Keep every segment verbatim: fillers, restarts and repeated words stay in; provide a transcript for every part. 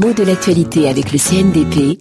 mot de l'actualité avec le C N D P.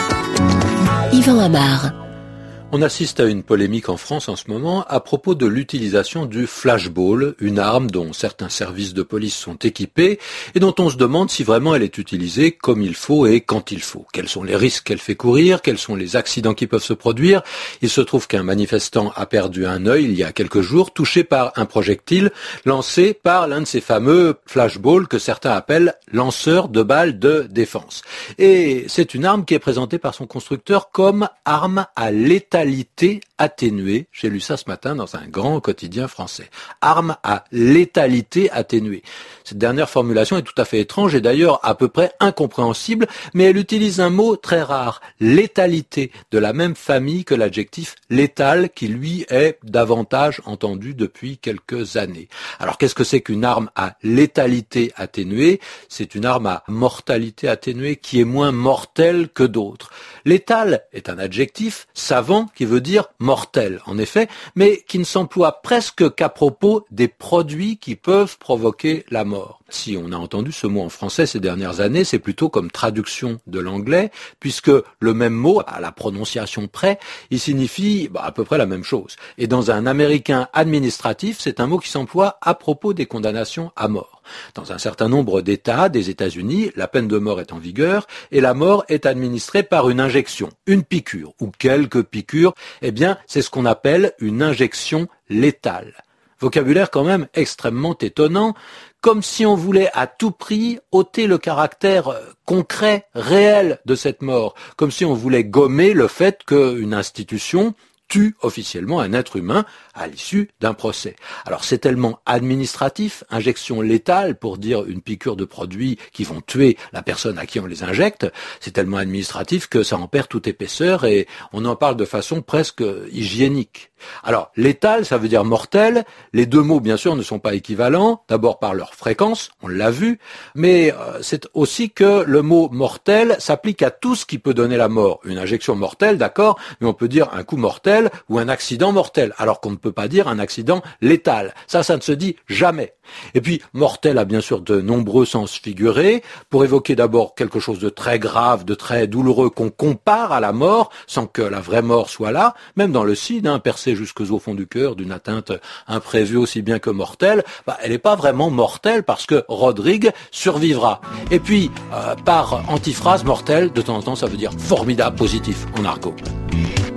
Yvan Amar. On assiste à une polémique en France en ce moment à propos de l'utilisation du flashball, une arme dont certains services de police sont équipés et dont on se demande si vraiment elle est utilisée comme il faut et quand il faut. Quels sont les risques qu'elle fait courir? Quels sont les accidents qui peuvent se produire? Il se trouve qu'un manifestant a perdu un œil il y a quelques jours, touché par un projectile lancé par l'un de ces fameux flashballs que certains appellent lanceurs de balles de défense. Et c'est une arme qui est présentée par son constructeur comme arme à létalité atténuée. J'ai lu ça ce matin dans un grand quotidien français. Arme à létalité atténuée. Cette dernière formulation est tout à fait étrange et d'ailleurs à peu près incompréhensible, mais elle utilise un mot très rare, létalité, de la même famille que l'adjectif létal qui lui est davantage entendu depuis quelques années. Alors qu'est-ce que c'est qu'une arme à létalité atténuée? C'est une arme à mortalité atténuée qui est moins mortelle que d'autres. Létal est un adjectif savant qui veut dire mortel, en effet, mais qui ne s'emploie presque qu'à propos des produits qui peuvent provoquer la mort. Si on a entendu ce mot en français ces dernières années, c'est plutôt comme traduction de l'anglais, puisque le même mot, à la prononciation près, il signifie bah, à peu près la même chose. Et dans un américain administratif, c'est un mot qui s'emploie à propos des condamnations à mort. Dans un certain nombre d'États des États-Unis, la peine de mort est en vigueur et la mort est administrée par une injection, une piqûre ou quelques piqûres. Eh bien, c'est ce qu'on appelle une injection létale. Vocabulaire quand même extrêmement étonnant, comme si on voulait à tout prix ôter le caractère concret, réel de cette mort, comme si on voulait gommer le fait qu'une institution tue officiellement un être humain à l'issue d'un procès. Alors c'est tellement administratif, injection létale pour dire une piqûre de produits qui vont tuer la personne à qui on les injecte, c'est tellement administratif que ça en perd toute épaisseur et on en parle de façon presque hygiénique. Alors létal, ça veut dire mortel, les deux mots bien sûr ne sont pas équivalents, d'abord par leur fréquence, on l'a vu, mais euh, c'est aussi que le mot mortel s'applique à tout ce qui peut donner la mort. Une injection mortelle, d'accord, mais on peut dire un coup mortel ou un accident mortel, alors qu'on ne peut pas dire un accident létal. Ça, ça ne se dit jamais. Et puis, mortel a bien sûr de nombreux sens figurés, pour évoquer d'abord quelque chose de très grave, de très douloureux, qu'on compare à la mort, sans que la vraie mort soit là, même dans le sida, hein, percée jusqu'au fond du cœur d'une atteinte imprévue aussi bien que mortelle, bah, elle n'est pas vraiment mortelle parce que Rodrigue survivra. Et puis, euh, par antiphrase mortelle, de temps en temps, ça veut dire formidable, positif en argot.